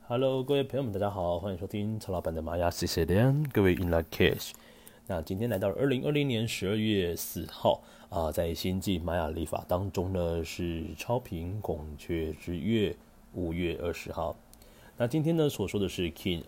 Hello，各位朋友们，大家好，欢迎收听曹老板的玛雅谢谢连，各位 In Lak'ech。那今天来到2020年12月4号在新纪玛雅历法当中呢，是超频孔雀之月5月20号。那今天呢所说的是 Kin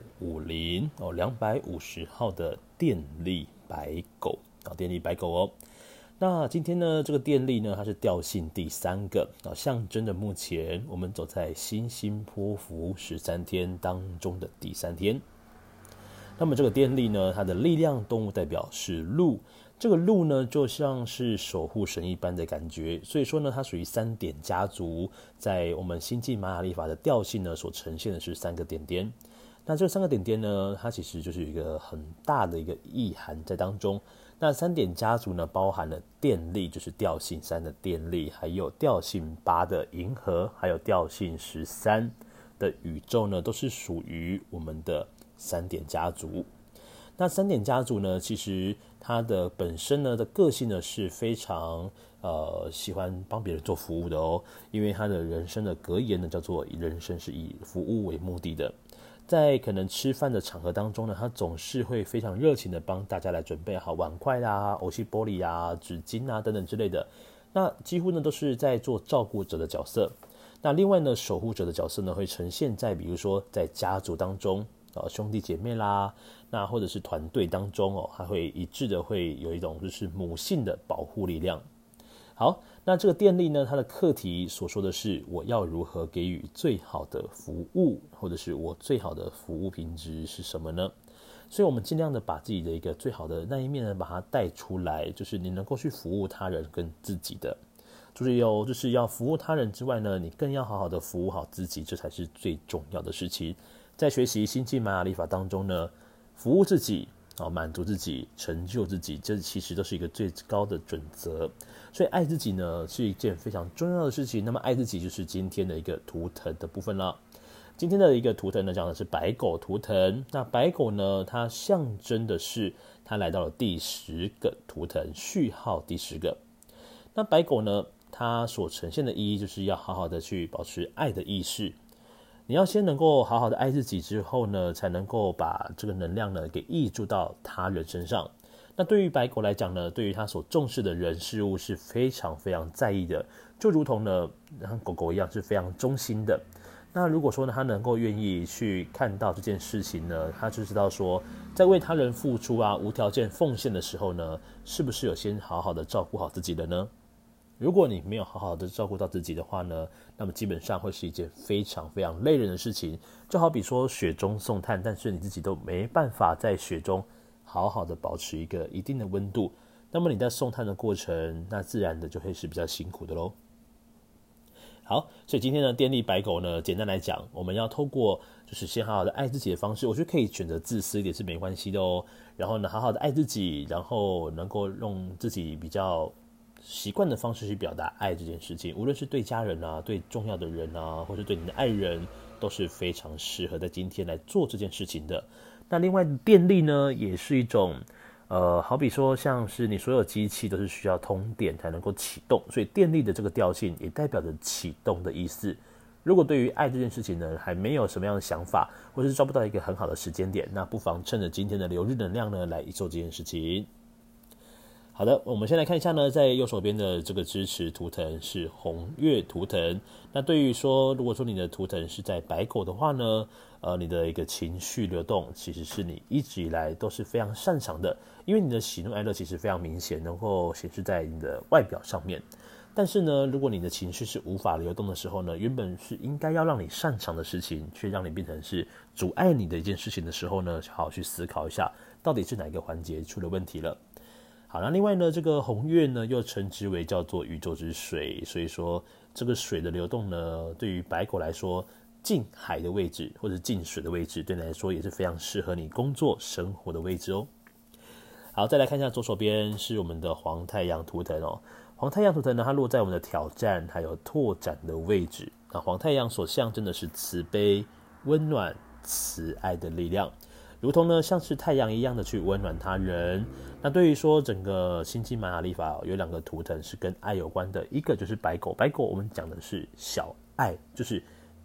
250250号的电力白狗电力白狗哦。那今天呢，这个电力呢，它是调性第3个象征着目前我们走在星星波符13天当中的第3天。那么这个电力呢，它的力量动物代表是鹿，这个鹿呢就像是守护神一般的感觉，所以说呢，它属于3点家族，在我们星际玛雅历法的调性呢，所呈现的是3个点点。那这3个点点呢，它其实就是有一个很大的一个意涵在当中。那3点家族呢，包含了电力，就是调性3的电力，还有调性8的银河，还有调性13的宇宙呢，都是属于我们的3点家族。那3点家族呢，其实它的本身呢的个性呢是非常喜欢帮别人做服务的哦，因为他的人生的格言呢叫做人生是以服务为目的的。在可能吃饭的场合当中呢，他总是会非常热情的帮大家来准备好碗筷啦、欧西玻璃啊、纸巾啊等等之类的。那几乎呢都是在做照顾者的角色。那另外呢，守护者的角色呢会呈现在比如说在家族当中兄弟姐妹啦，那或者是团队当中还会一致的会有一种就是母性的保护力量。好，那这个电力呢，它的课题所说的是我要如何给予最好的服务，或者是我最好的服务品质是什么呢？所以我们尽量的把自己的一个最好的那一面呢，把它带出来，就是你能够去服务他人跟自己的，就是要服务他人之外呢，你更要好好的服务好自己，这才是最重要的事情。在学习星际玛雅历法当中呢，服务自己满足自己，成就自己，这其实都是一个最高的准则。所以爱自己呢是一件非常重要的事情。那么爱自己就是今天的一个图腾的部分了。今天的一个图腾呢讲的是白狗图腾。那白狗呢，它象征的是它来到了第10个图腾，序号第10个。那白狗呢，它所呈现的意义就是要好好的去保持爱的意识。你要先能够好好的爱自己之后呢，才能够把这个能量呢给挹注到他人身上。那对于白狗来讲呢，对于他所重视的人事物是非常非常在意的，就如同呢像狗狗一样是非常忠心的。那如果说呢他能够愿意去看到这件事情呢，他就知道说在为他人付出无条件奉献的时候呢，是不是有先好好的照顾好自己的呢？如果你没有好好的照顾到自己的话呢，那么基本上会是一件非常非常累人的事情。就好比说雪中送炭，但是你自己都没办法在雪中好好的保持一个一定的温度，那么你在送炭的过程，那自然的就会是比较辛苦的咯。好，所以今天的电力白狗呢，简单来讲，我们要透过就是先好好的爱自己的方式，我觉得可以选择自私一点是没关系的哦。然后呢，好好的爱自己，然后能够用自己比较习惯的方式去表达爱这件事情，无论是对家人对重要的人或是对你的爱人，都是非常适合在今天来做这件事情的。那另外电力呢，也是一种好比说像是你所有机器都是需要通电才能够启动，所以电力的这个调性也代表着启动的意思。如果对于爱这件事情呢，还没有什么样的想法，或是抓不到一个很好的时间点，那不妨趁着今天的流日能量呢，来做这件事情。好的，我们先来看一下呢，在右手边的这个支持图腾是红月图腾。那对于说，如果说你的图腾是在白狗的话呢，你的一个情绪流动，其实是你一直以来都是非常擅长的，因为你的喜怒哀乐其实非常明显，能够显示在你的外表上面。但是呢，如果你的情绪是无法流动的时候呢，原本是应该要让你擅长的事情，却让你变成是阻碍你的一件事情的时候呢，好好去思考一下，到底是哪一个环节出了问题了。好，那另外呢，这个红月呢又称之为叫做宇宙之水，所以说这个水的流动呢，对于白狗来说，近海的位置或者近水的位置，对你来说也是非常适合你工作生活的位置哦。好，再来看一下左手边是我们的黄太阳图腾哦。黄太阳图腾呢，它落在我们的挑战还有拓展的位置。那黄太阳所象征的是慈悲、温暖、慈爱的力量。如同呢像是太阳一样的去温暖他人。那对于说整个星际玛雅历法有2个图腾是跟爱有关的，一个就是白狗，白狗我们讲的是小爱，就是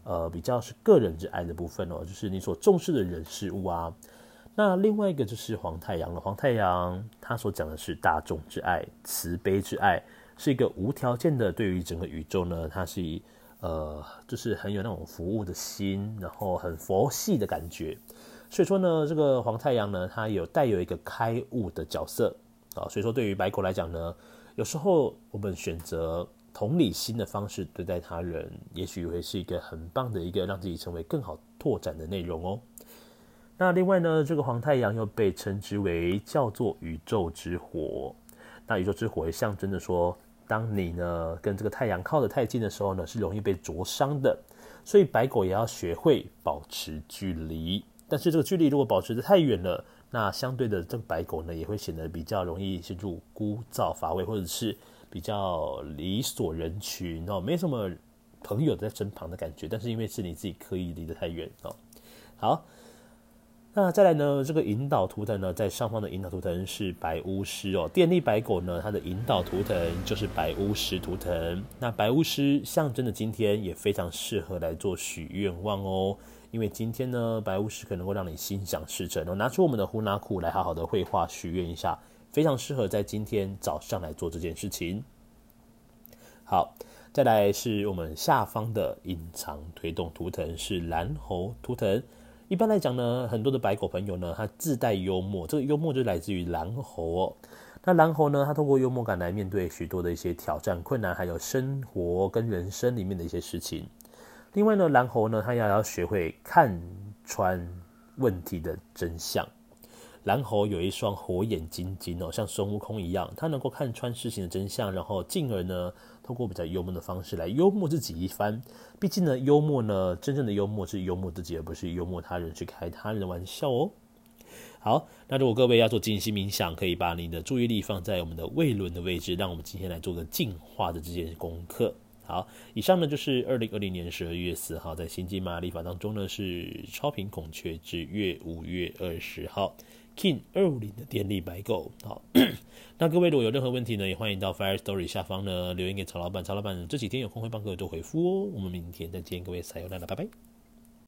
比较是个人之爱的部分哦，就是你所重视的人事物啊。那另外一个就是黄太阳了，黄太阳他所讲的是大众之爱、慈悲之爱，是一个无条件的对于整个宇宙呢，它是就是很有那种服务的心，然后很佛系的感觉。所以说呢，这个黄太阳呢，它带有一个开悟的角色啊。所以说，对于白狗来讲呢，有时候我们选择同理心的方式对待他人，也许会是一个很棒的一个让自己成为更好拓展的内容哦。那另外呢，这个黄太阳又被称之为叫做宇宙之火。那宇宙之火也象征着说，当你呢跟这个太阳靠得太近的时候呢，是容易被灼伤的。所以白狗也要学会保持距离。但是这个距离如果保持得太远了，那相对的这个白狗呢，也会显得比较容易陷入枯燥乏味，或者是比较理所人群哦，没什么朋友在身旁的感觉。但是因为是你自己刻意离得太远哦。好。那再来呢，这个引导图腾呢，在上方的引导图腾是白巫师哦。电力白狗呢，它的引导图腾就是白巫师图腾。那白巫师象征的今天也非常适合来做许愿望哦，因为今天呢，白巫师可能会让你心想事成哦。拿出我们的呼纳库来好好的绘画许愿一下，非常适合在今天早上来做这件事情。好，再来是我们下方的隐藏推动图腾是蓝猴图腾。一般来讲呢，很多的白狗朋友呢，他自带幽默，这个幽默就来自于蓝猴哦。那蓝猴呢，他透过幽默感来面对许多的一些挑战、困难，还有生活跟人生里面的一些事情。另外呢，蓝猴呢，他也要学会看穿问题的真相。蓝猴有一双火眼金睛哦，像孙悟空一样，他能够看穿事情的真相，然后进而呢，透过比较幽默的方式来幽默自己一番。毕竟呢，幽默呢，真正的幽默是幽默自己，而不是幽默他人，去开他人的玩笑哦。好，那如果各位要做静心冥想，可以把你的注意力放在我们的胃轮的位置，让我们今天来做个净化的这件功课。好，以上呢就是2020年12月4号在星际玛雅历法当中呢是超频孔雀之月5月20号。King 250的电力白狗。好，那各位如果有任何问题呢，也欢迎到 Firstory 下方呢留言给曹老板，曹老板这几天有空会帮各位做回复哦。我们明天再见，各位撒由那拉，拜拜。